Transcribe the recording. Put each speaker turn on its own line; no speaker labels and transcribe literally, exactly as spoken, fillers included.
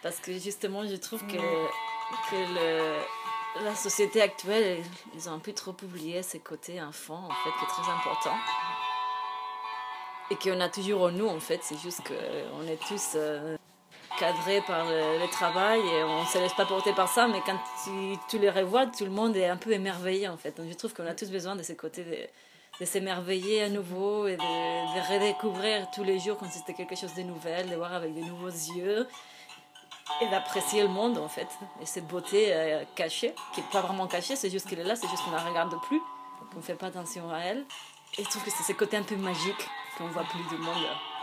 parce que justement, je trouve que, que le, la société actuelle, ils ont un peu trop oublié ce côté enfant, en fait, qui est très important. Et qu'on a toujours en nous, en fait. C'est juste qu'on est tous euh, cadrés par le, le travail et on ne se laisse pas porter par ça, mais quand tu, tu les revois, tout le monde est un peu émerveillé, en fait. Donc je trouve qu'on a tous besoin de ce côté de, de s'émerveiller à nouveau et de, de redécouvrir tous les jours quand c'était quelque chose de nouvel, de voir avec de nouveaux yeux et d'apprécier le monde, en fait. Et cette beauté euh, cachée, qui n'est pas vraiment cachée, c'est juste qu'elle est là, c'est juste qu'on ne la regarde plus, qu'on ne fait pas attention à elle. Et je trouve que c'est ce côté un peu magique qu'on voit plus du monde.